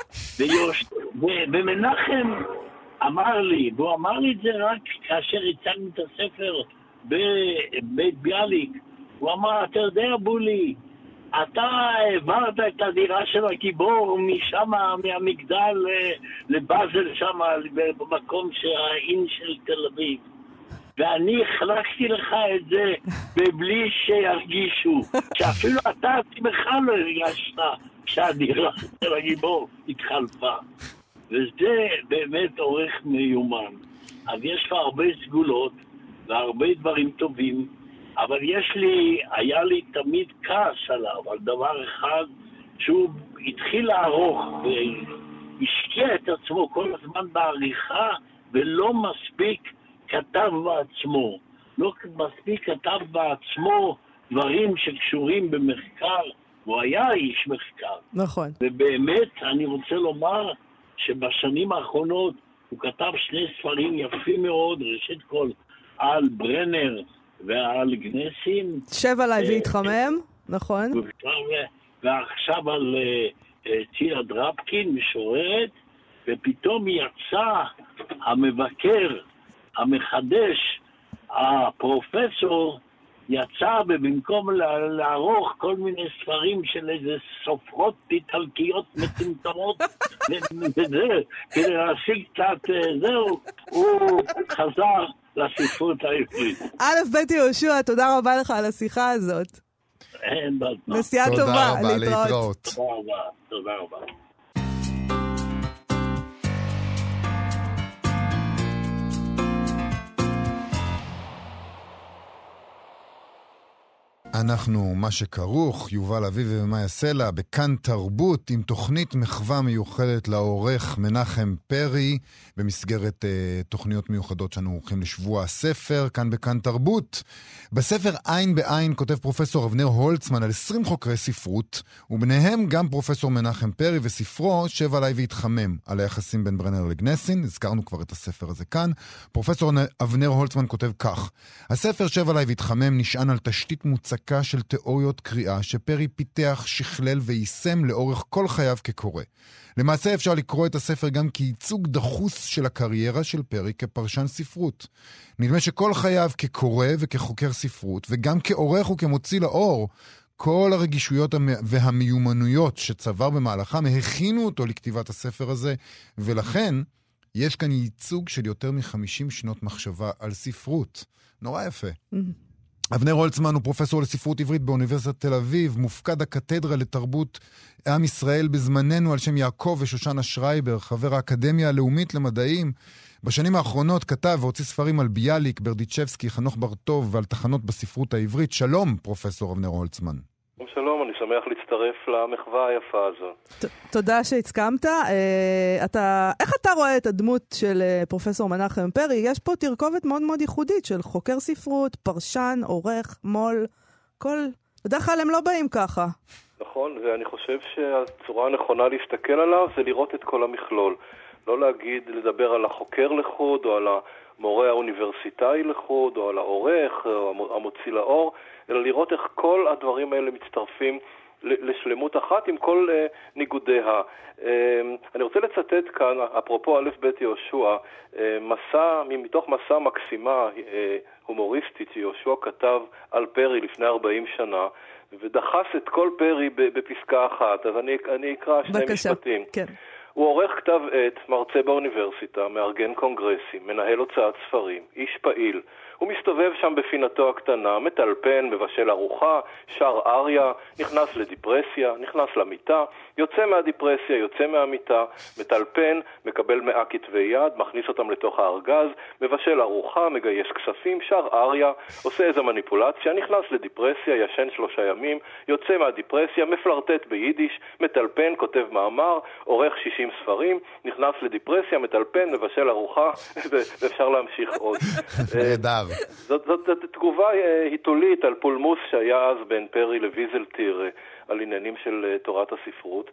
F: ומנחם אמר לי, והוא אמר לי את זה רק כאשר הצגנו את הספר בבית ביאליק, הוא אמר, אתה יודע בולי, אתה העברת את הדירה של הגיבור משם, מהמגדל לבאזל שם, במקום שהעין של תל אביב. ואני חלקתי לך את זה בבלי שירגישו, שאפילו אתה עצמך לא הרגשת שהדירה של הגיבור התחלפה. וזה באמת עורך מיומן. אז יש לו הרבה סגולות והרבה דברים טובים, אבל היה לי תמיד כעס עליו, על דבר אחד, שהוא התחיל לערוך והשקיע את עצמו כל הזמן בעריכה, ולא מספיק כתב בעצמו. לא מספיק כתב בעצמו דברים שקשורים במחקר. הוא היה איש מחקר.
C: נכון.
F: ובאמת, אני רוצה לומר שבשנים האחרונות הוא כתב 2 ספרים יפים מאוד, ראשית כל, על ברנר ועל גנסים.
C: שב עליי והתחמם, נכון.
F: ועכשיו על צילה דרפקין, משוררת, ופתאום יצא המבקר, המחדש, הפרופסור, יצא ובמקום לערוך כל מיני ספרים של איזה סופרות איטלקיות מטומטמות וזה, כדי להשיג קצת זהו, הוא חזר לספרות העברית.
C: א' בית יהושע, תודה רבה לך על השיחה הזאת.
F: אין בעד.
C: נסיעה טובה,
D: להתראות.
F: תודה רבה.
D: אנחנו מה שכרוך, יובל אביבי ומאיה סלע, בכאן תרבות, עם תוכנית מחווה מיוחדת לעורך מנחם פרי, במסגרת תוכניות מיוחדות שאנו עורכים לשבוע הספר, כאן בכאן תרבות. בספר עין בעין כותב פרופסור אבנר הולצמן על 20 חוקרי ספרות, וביניהם גם פרופסור מנחם פרי וספרו שב עליי והתחמם, על היחסים בין ברנר לגנסין. הזכרנו כבר את הספר הזה כאן. פרופסור אבנר הולצמן כותב כך: הספר שב עליי והתחמם נשען על תשתית מוצקה של תיאוריות קריאה שפרי פיתח, שכלל ויישם לאורך כל חייו כקורא. למעשה אפשר לקרוא את הספר גם כייצוג דחוס של הקריירה של פרי כפרשן ספרות. נדמה שכל חייו כקורא וכחוקר ספרות, וגם כעורך וכמוציא לאור, כל הרגישויות והמיומנויות שצבר במהלכם הכינו אותו לכתיבת הספר הזה, ולכן יש כאן ייצוג של יותר מ-50 שנות מחשבה על ספרות. נורא יפה. אבנר הולצמן הוא פרופסור לספרות עברית באוניברסיטת תל אביב, מופקד הקתדרה לתרבות עם ישראל בזמננו על שם יעקב ושושנה שרייבר, חבר האקדמיה הלאומית למדעים. בשנים האחרונות כתב והוציא ספרים על ביאליק, ברדיצ'בסקי, חנוך בר-טוב ועל תחנות בספרות העברית. שלום, פרופסור אבנר הולצמן.
G: שלום, אני שמח להצטרף למחווה היפה הזו.
C: תודה שהסכמת. איך אתה רואה את הדמות של פרופסור מנחם פרי? יש פה תרכובת מאוד מאוד ייחודית של חוקר ספרות, פרשן, עורך, מול, בדרך כלל הם לא באים ככה.
G: נכון, ואני חושב שהצורה הנכונה להסתכל עליו זה לראות את כל המכלול. לא לדבר על החוקר לחוד או על המורה האוניברסיטאי לחוד או על העורך או המוציא לאור, אלא לראות איך כל הדברים האלה מצטרפים לשלמות אחת עם כל ניגודיה. אני רוצה לצטט כאן, אפרופו א' ב' יהושע, מתוך מסע מקסימה הומוריסטית שיהושע כתב על פרי לפני 40 שנה, ודחס את כל פרי בפסקה אחת. אז אני אקרא שני משפטים. כן. הוא עורך כתב עת, מרצה באוניברסיטה, מארגן קונגרסים, מנהל הוצאת ספרים, איש פעיל. הוא מסתובב שם בפינתו הקטנה, מטלפן, מבשל ארוחה, שר אריה, נכנס לדיפרסיה, נכנס למיטה, יוצא מהדיפרסיה, יוצא מהמיטה, מטלפן, מקבל 100 כתבי יד, מכניס אותם לתוך הארגז, מבשל ארוחה, מגייס כספים, שר אריה, עושה איזו מניפולציה, נכנס לדיפרסיה, ישן 3 ימים, יוצא מהדיפרסיה, מפלרטט ביידיש, מטלפן, כותב מאמר, עורך 60 ספרים, נכנס לדיפרסיה, מטלפן, מבשל ארוחה, ואפשר להמשיך עוד. זאת תגובה היתולית על פולמוס שהיה אז בין פרי לויזלטיר על עניינים של תורת הספרות,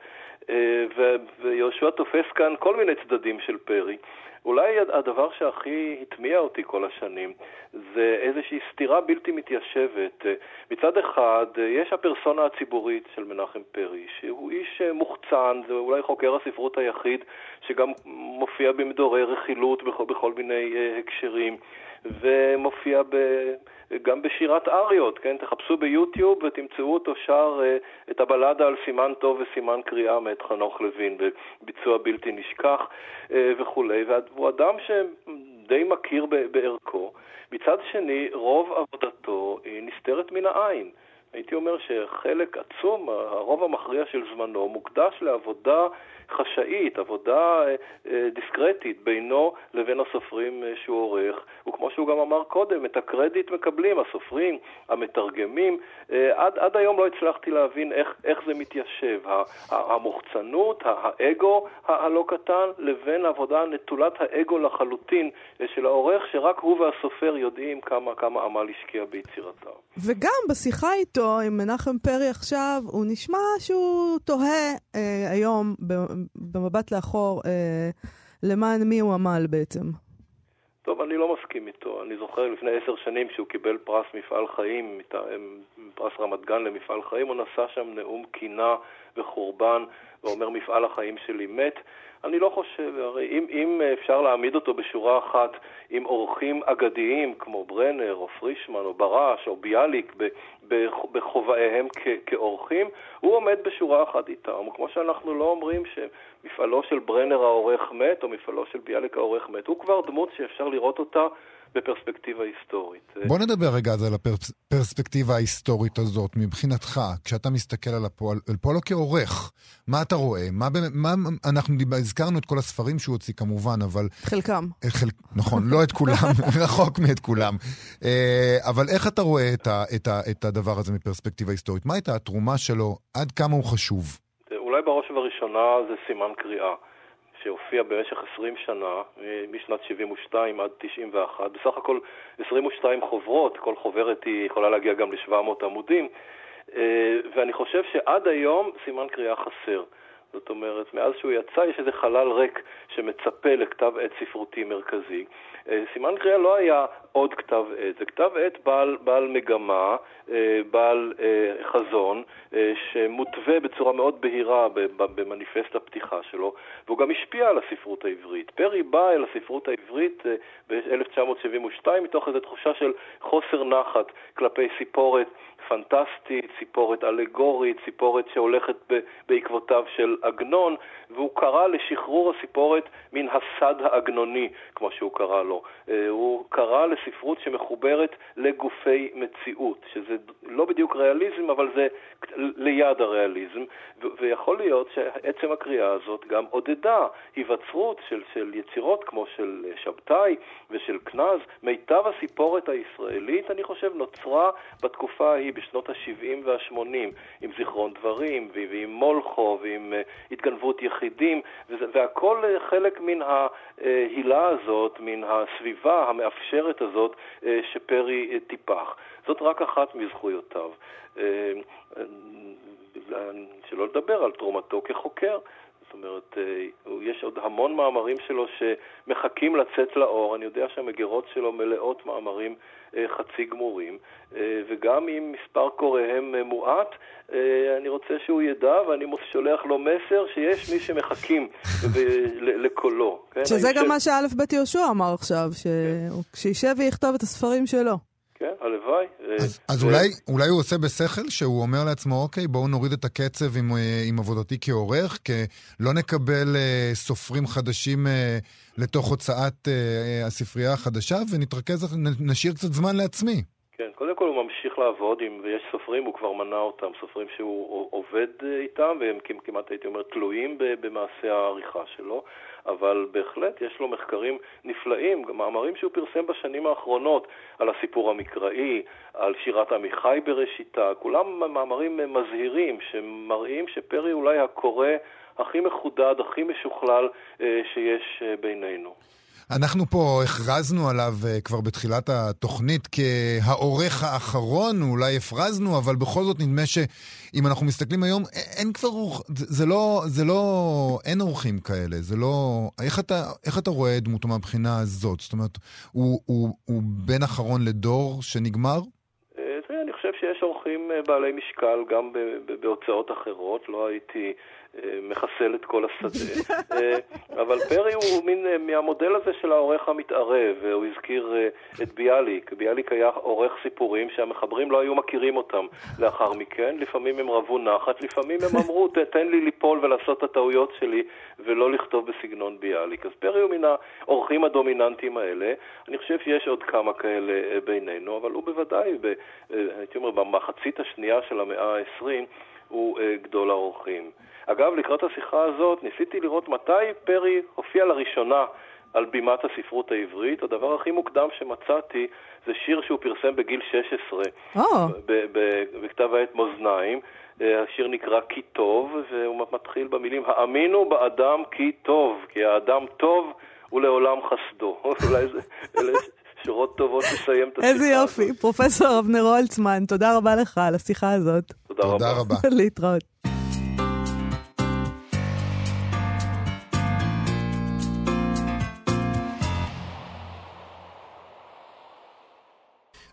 G: ויהושע תופס כאן כל מיני צדדים של פרי. אולי הדבר שהכי התמיע אותי כל השנים זה איזושהי סתירה בלתי מתיישבת. מצד אחד יש הפרסונה הציבורית של מנחם פרי, שהוא איש מוחצן, זה אולי חוקר הספרות היחיד שגם מופיע במדורי רכילות בכל מיני הקשרים, ומופיע גם בשירת אריות, כן? תחפשו ביוטיוב ותמצאו אותו שר את הבלדה על סימן טוב וסימן קריאה מאת חנוך לוין בביצוע בלתי נשכח וכולי, והוא אדם שדי מכיר בערכו. מצד שני, רוב עבודתו נסתרת מן העין. הייתי אומר שחלק עצום, הרוב המכריע של זמנו, מוקדש לעבודה חשאית, עבודה דיסקרטית בינו לבין הסופרים שהוא עורך. וכמו שהוא גם אמר קודם, את הקרדיט מקבלים הסופרים, המתרגמים. עד היום לא הצלחתי להבין איך זה מתיישב. המוחצנות, האגו הלא קטן, לבין העבודה נטולת האגו לחלוטין של העורך, שרק הוא והסופר יודעים כמה עמל השקיע ביצירתה.
C: וגם בשיחה איתו עם מנחם פרי עכשיו, הוא נשמע שהוא תוהה היום במבט לאחור למען מי הוא עמל בעצם.
G: טוב, אני לא מסכים איתו. אני זוכר לפני 10 שנים שהוא קיבל פרס מפעל חיים, פרס רמת גן למפעל חיים, הוא נשא שם נאום קינה וחורבן, ואומר מפעל החיים שלי מת. אני לא חושב, הרי אם אפשר להעמיד אותו בשורה אחת עם אורחים אגדיים כמו ברנר או פרישמן או ברש או ביאליק בחובעיהם כאורחים, הוא עומד בשורה אחת איתם. כמו שאנחנו לא אומרים שמפעלו של ברנר העורך מת או מפעלו של ביאליק העורך מת, הוא כבר דמות שאפשר לראות אותה בפרספקטיבה היסטורית.
D: בוא נדבר רגע על הפרספקטיבה ההיסטורית הזאת, מבחינתך, כשאתה מסתכל על פולו כעורך, מה אתה רואה? אנחנו הזכרנו את כל הספרים שהוא הוציא כמובן, אבל...
C: חלקם.
D: נכון, לא את כולם, רחוק מאת כולם. אבל איך אתה רואה את הדבר הזה מפרספקטיבה היסטורית? מה הייתה התרומה שלו? עד כמה הוא חשוב?
G: אולי בראש ובראשונה זה סימן קריאה. שהופיע במשך 20 שנה, משנת 72 עד 91, בסך הכל 22 חוברות, כל חוברת היא יכולה להגיע גם ל-700 עמודים, ואני חושב שעד היום סימן קריאה חסר. זאת אומרת, מאז שהוא יצא יש איזה חלל ריק שמצפה לכתב עת ספרותי מרכזי. סימן קריאה לא היה עוד כתב עת, זה כתב עת בעל מגמה, בעל חזון, שמוטווה בצורה מאוד בהירה במניפסט הפתיחה שלו, והוא גם השפיע על הספרות העברית. פרי בא אל הספרות העברית ב-1972 מתוך איזו תחושה של חוסר נחת כלפי סיפורת פנטסטית, סיפורת אלגורית, סיפורת שהולכת בעקבותיו של עגנון, והוא קרא לשחרור הסיפורת מן הסד העגנוני, כמו שהוא קרא לו. הוא קרא לספרות שמחוברת לגופי מציאות, שזה לא בדיוק ריאליזם, אבל זה ליד הריאליזם, ויכול להיות שעצם הקריאה הזאת גם עודדה היווצרות של יצירות כמו של שבתאי ושל כנז. מיטב הסיפורת הישראלית, אני חושב, נוצרה בתקופה ההיא בשנות ה-70 וה-80, עם זיכרון דברים ועם מולכו ועם התגנבות יחידים, והכל חלק מן ההילה הזאת, מן הסביבה המאפשרת הזאת שפרי טיפח. זאת רק אחת מזכויותיו. שלא לדבר על תרומתו כחוקר. זאת אומרת, יש עוד המון מאמרים שלו שמחכים לצאת לאור. אני יודע שהמגירות שלו מלאות מאמרים חצי גמורים, וגם אם מספר קוראיהם מועט, אני רוצה שהוא ידע, ואני שולח לו מסר שיש מי שמחכים לקולו.
C: שזה גם מה שאלף בית יהושע אמר עכשיו, שישב ויכתוב את הספרים שלו.
G: כן, הלוואי.
D: אז אולי הוא עושה בשכל שהוא אומר לעצמו, אוקיי, בואו נוריד את הקצב עם עבודתי כעורך, כי לא נקבל סופרים חדשים לתוך הוצאת הספרייה החדשה, ונתרכז, נשאיר קצת זמן לעצמי.
G: כן, קודם כל הוא ממשיך לעבוד, ויש סופרים, הוא כבר מנה אותם, סופרים שהוא עובד איתם, והם כמעט הייתי אומר תלויים במעשה העריכה שלו, אבל בהחלט יש לו מחקרים נפלאים, גם מאמרים שהוא פרסם בשנים האחרונות על הסיפור המקראי, על שירת עמיחי בראשיתה, כולם מאמרים מזהירים שמראים שפרי אולי הקורא הכי מחודד, הכי משוכלל שיש בינינו.
D: אנחנו פה הכרזנו עליו כבר בתחילת התוכנית כהעורך האחרון, אולי הפרזנו, אבל בכל זאת נדמה שאם אנחנו מסתכלים היום, אין כבר אין עורכים כאלה, זה לא, איך אתה רואה דמותו מהבחינה הזאת? זאת אומרת, הוא בין אחרון לדור שנגמר?
G: אני חושב שיש עורכים בעלי משקל גם בהוצאות אחרות, לא הייתי מחסל את כל השדה. אבל פרי הוא מין מהמודל הזה של העורך המתערב, הוא הזכיר את ביאליק. ביאליק היה עורך סיפורים שהמחברים לא היו מכירים אותם לאחר מכן. לפעמים הם רבו נחת, לפעמים הם אמרו, תן לי ליפול ולעשות את הטעויות שלי ולא לכתוב בסגנון ביאליק. אז פרי הוא מן העורכים הדומיננטיים האלה. אני חושב שיש עוד כמה כאלה בינינו, אבל הוא בוודאי, הייתי אומר, במחצית השנייה של המאה ה-20, הוא גדול העורכים. אגב, לקראת השיחה הזאת, ניסיתי לראות מתי פרי הופיע לראשונה על בימת הספרות העברית. הדבר הכי מוקדם שמצאתי זה שיר שהוא פרסם בגיל 16 בכתב העת מאזניים. השיר נקרא כי טוב, והוא מתחיל במילים, האמינו באדם כי טוב, כי האדם טוב ולעולם חסדו. אולי אלה שורות טובות לסיים את השיחה.
C: איזה יופי. פרופסור אבנר הולצמן, תודה רבה לך על השיחה הזאת.
G: תודה רבה.
C: להתראות.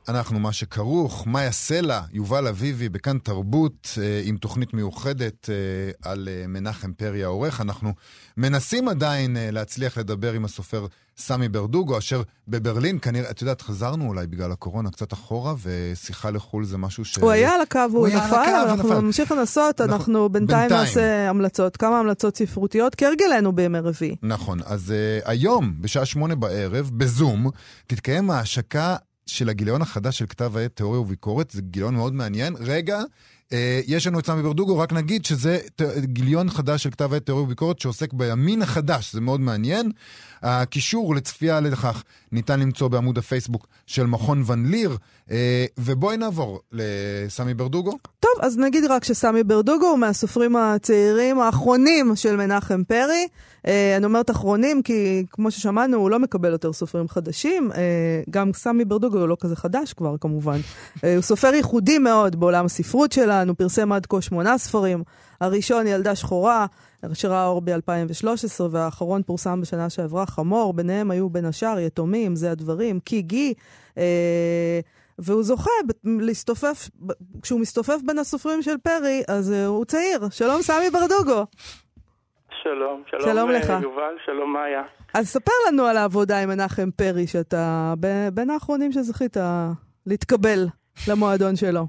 D: אנחנו מה שכרוך, מאיה סלע, יובל אביבי בכאן תרבות עם תוכנית מיוחדת על מנחם פרי העורך. אנחנו מנסים עדיין להצליח לדבר עם הסופר סמי ברדוגו, אשר בברלין, כנראה, את יודעת, חזרנו אולי בגלל הקורונה קצת אחורה, ושיחה לחול זה משהו ש...
C: הוא היה על הקו, הוא נפל, אנחנו נמשיך לנסות, אנחנו בינתיים נעשה המלצות, כמה המלצות ספרותיות, כהרגלנו בימי רביעי.
D: נכון, אז היום, בשעה 8 בערב, בזום, תתקיים ההשקה של הגיליון החדש של כתב העת תיאוריה וביקורת, זה גיליון מאוד מעניין. רגע, יש לנו את סמי ברדוגו, רק נגיד שזה גיליון חדש של כתב העת תיאוריה וביקורת שעוסק בימין החדש, זה מאוד מעניין. הקישור לצפייה לכך ניתן למצוא בעמוד הפייסבוק של מכון ון ליר, ובואי נעבור לסמי ברדוגו.
C: טוב, אז נגיד רק שסמי ברדוגו הוא מהסופרים הצעירים האחרונים של מנחם פרי. אני אומרת אחרונים כי כמו ששמענו הוא לא מקבל יותר סופרים חדשים, גם סמי ברדוגו הוא לא כזה חדש כבר כמובן. הוא סופר ייחודי מאוד בעולם הספרות שלנו, פרסם עד כה 8 ספרים, הראשון ילדה שחורה, שראה אור ב-2013, והאחרון פורסם בשנה שעברה חמור, ביניהם היו בין השאר יתומים, זה הדברים, קיגי, והוא זוכה להסתופף, כשהוא מסתופף בין הסופרים של פרי, אז הוא צעיר. שלום סמי ברדוגו.
H: שלום לך. יובל, שלום מאיה.
C: אז ספר לנו על העבודה עם מנחם פרי, שאתה בין האחרונים שזכית להתקבל למועדון שלו.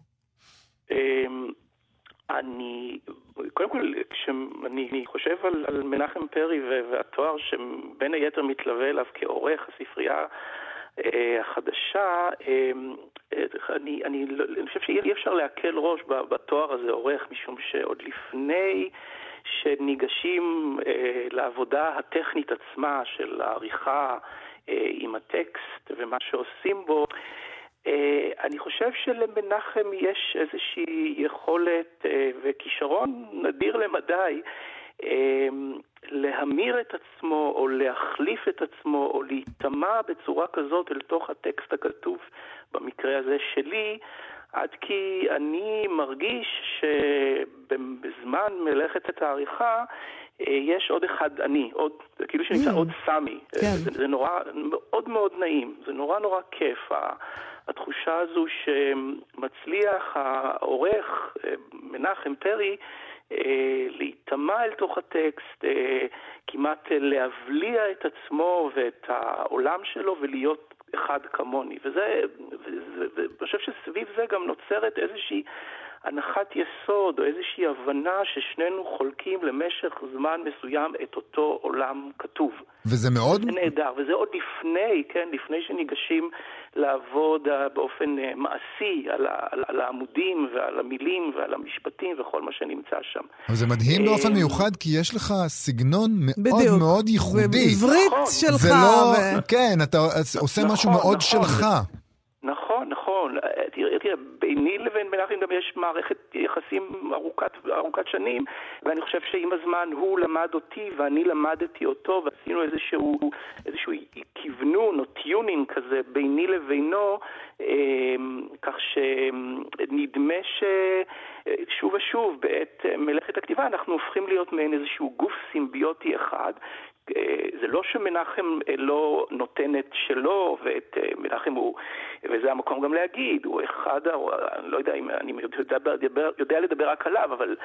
H: קודם כל, כשאני חושב על מנחם פרי והתואר שבין היתר מתלווה אליו כעורך הספרייה החדשה, אני חושב שאי אפשר להקל ראש בתואר הזה עורך, משום שעוד לפני שניגשים לעבודה הטכנית עצמה של העריכה עם הטקסט ומה שעושים בו, אני חושב שלמנחם יש איזושהי יכולת וכישרון נדיר למדי להמיר את עצמו או להחליף את עצמו או להתאמה בצורה כזאת אל תוך הטקסט הכתוב, במקרה הזה שלי, עד כי אני מרגיש שבזמן מלאכת העריכה יש עוד אחד כאילו שנמצא עוד סמי. זה נורא מאוד מאוד נעים, זה נורא כיף. התחושה הזו שמצליח העורך מנחם פרי להתאמה אל תוך הטקסט, כמעט להבליע את עצמו ואת העולם שלו ולהיות אחד כמוני. ואני חושב שסביב זה גם נוצרת איזושהי הנחת יסוד או איזושהי הבנה ששנינו חולקים למשך זמן מסוים את אותו עולם כתוב.
D: וזה מאוד...
H: זה נהדר, וזה עוד לפני שניגשים לעבוד באופן מעשי על העמודים ועל המילים ועל המשפטים וכל מה שנמצא שם.
D: אבל זה מדהים באופן מיוחד, כי יש לך סגנון מאוד מאוד ייחודי.
C: עברית שלך.
D: זה לא... כן, אתה עושה משהו מאוד שלך.
H: נכון. תראה, ביני לבין מנחם גם יש מערכת יחסים ארוכת שנים, ואני חושב שעם הזמן הוא למד אותי ואני למדתי אותו, ועשינו איזשהו כיוונון או טיונינג כזה ביני לבינו, כך שנדמה ששוב ושוב בעת מלאכת הכתיבה אנחנו הופכים להיות מעין איזשהו גוף סימביוטי אחד. זה לא שמנחם לא נותן את שלו, ואת מנחם הוא, וזה המקום גם להגיד, הוא אחד, אני לא יודע אם אני יודע לדבר רק עליו, אבל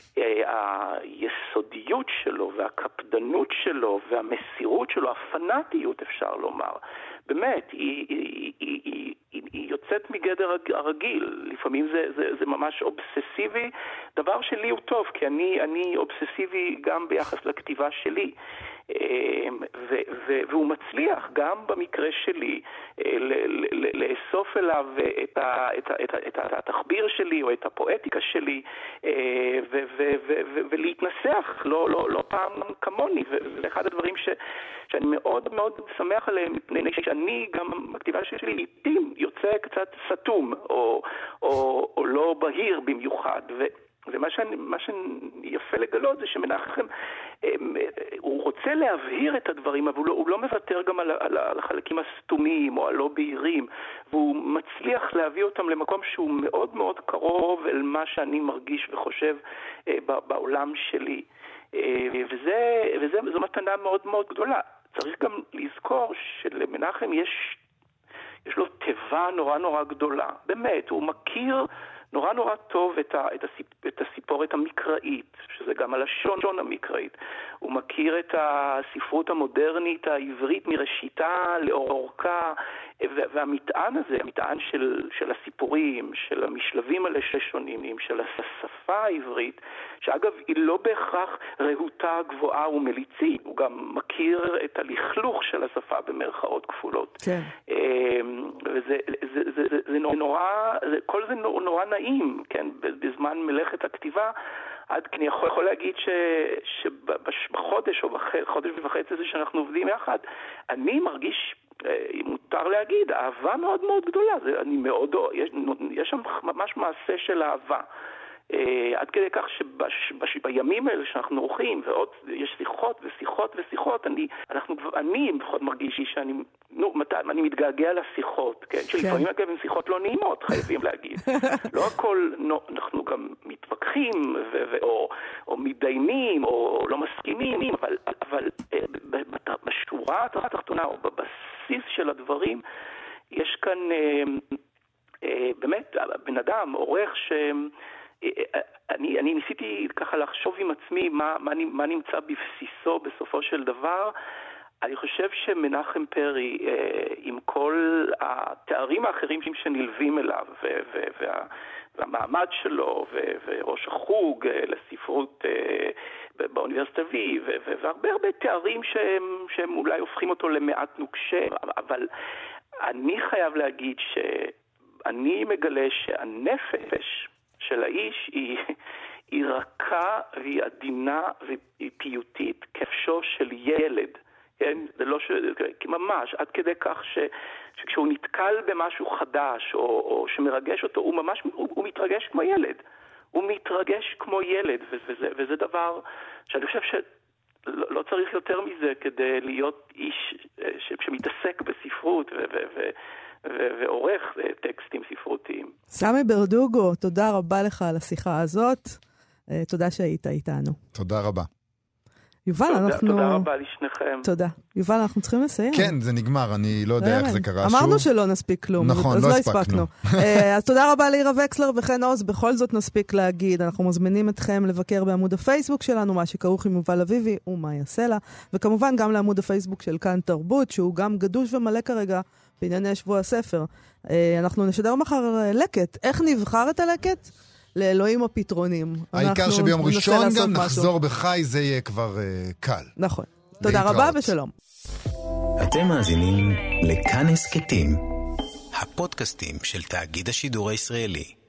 H: היסודיות שלו והקפדנות שלו והמסירות שלו, הפנאטיות אפשר לומר, באמת, היא יוצאת מגדר הרגיל. לפעמים זה ממש אובססיבי. דבר שלי הוא טוב, כי אני אובססיבי גם ביחס לכתיבה שלי. והוא מצליח גם במקרה שלי לאסוף אליו את התחביר שלי או את הפואטיקה שלי ולהתנסח לא פעם כמוני. וזה אחד הדברים שאני מאוד מאוד שמח עליהם, מפני שאני גם בכתיבה שלי לעתים יוצא קצת סתום או לא בהיר במיוחד. ומה שיפה לגלות זה שמנחם הוא רוצה להבהיר את הדברים, אבל הוא לא מוותר גם על החלקים הסתומים או הלא בהירים, והוא מצליח להביא אותם למקום שהוא מאוד מאוד קרוב אל מה שאני מרגיש וחושב בעולם שלי. וזו מתנה מאוד מאוד גדולה. צריך גם לזכור שלמנחם יש לו טבע אהבה נורא נורא גדולה. באמת, הוא מכיר נורא נורא טוב את הסיפורת המקראית, שזה גם הלשון המקראית. הוא מכיר את הספרות המודרנית העברית מראשיתה לאורכה, והמטען הזה, המטען של הסיפורים, של המשלבים הלשוניים, של השפה העברית, שאגב היא לא בהכרח רהוטה גבוהה ומליצית, הוא גם מכיר את הלכלוך של השפה במרכאות כפולות.
C: כן.
H: וזה נורא, כל זה נורא נעים, כן, בזמן מלאכת הכתיבה, עד כי אני יכול להגיד שבחודש או בחודש וחצי הזה שאנחנו עובדים יחד, אני מרגיש, מותר להגיד, אהבה מאוד מאוד גדולה. יש שם ממש מעשה של אהבה. עד כדי כך שבימים האלה שאנחנו עורכים, ועוד יש שיחות ושיחות ושיחות, אני לפחות מרגיש שאני מתגעגע לשיחות, כן? שלפעמים אגב הם שיחות לא נעימות, חייבים להגיד. לא הכל, אנחנו גם מתווכחים, או מתדיינים, או לא מסכימים, אבל בשורה התחתונה, או בבסיס של הדברים, יש כאן באמת בן אדם, עורך אני ניסיתי ככה לחשוב עם עצמי מה נמצא בבסיסו בסופו של דבר. אני חושב שמנחם פרי, עם כל התארים האחרים שנלווים אליו, והמעמד שלו, וראש החוג לספרות באוניברסיטת אביב, והרבה תארים שהם אולי הופכים אותו למעט נוקשה, אבל אני חייב להגיד שאני מגלה שהנפש של האיש היא רכה והיא עדינה והיא פיוטית כפשו של ילד, כן? זה לא ממש, עד כדי כך שכשהוא נתקל במשהו חדש או שמרגש אותו, הוא מתרגש כמו ילד. הוא מתרגש כמו ילד, וזה דבר שאני חושב שלא צריך יותר מזה כדי להיות איש שמתעסק בספרות ועורך טקסטים ספרותיים.
C: סמי ברדוגו, תודה רבה לך על השיחה הזאת. תודה שהיית איתנו.
D: תודה רבה.
C: יובל,
H: תודה רבה לשניכם.
C: תודה. יובל, אנחנו צריכים לסיים.
D: כן, זה נגמר, אני לא יודע איך זה קרה שוב.
C: אמרנו שלא נספיק כלום.
D: נכון, לא הספקנו.
C: אז תודה רבה לאירה וקסלר וחן עוז, בכל זאת נספיק להגיד. אנחנו מזמינים אתכם לבקר בעמוד הפייסבוק שלנו, מה שכרוך עם יובל אביבי ומה יעשה לה, וכמובן גם לעמוד הפייסבוק של כאן תרבות, שהוא גם גדוש ומלא כרגע בענייני שבוע הספר. אנחנו נשדר מחר לקט. איך נבחר את הלקט? לאלוהים הפתרונים.
D: העיקר שביום ראשון גם נחזור בחי, זה יהיה כבר קל.
C: נכון. תודה רבה ושלום.
A: אתם מאזינים לכאן הסכתים, הפודקאסטים של תאגיד השידור הישראלי.